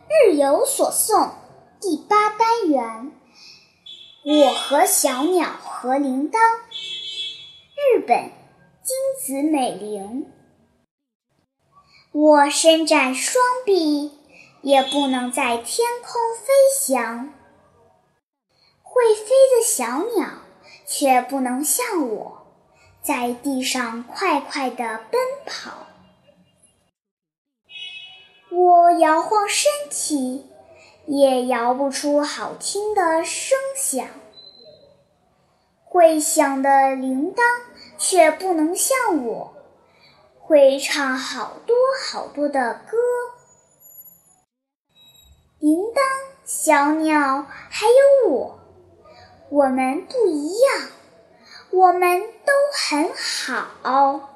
日有所诵第8单元，我和小鸟和铃铛。日本金子美玲。我伸展双臂，也不能在天空飞翔。会飞的小鸟却不能像我，在地上快快地奔跑。我摇晃身体，也摇不出好听的声响。会响的铃铛却不能像我，会唱好多好多的歌。铃铛、小鸟还有我们不一样，我们都很好。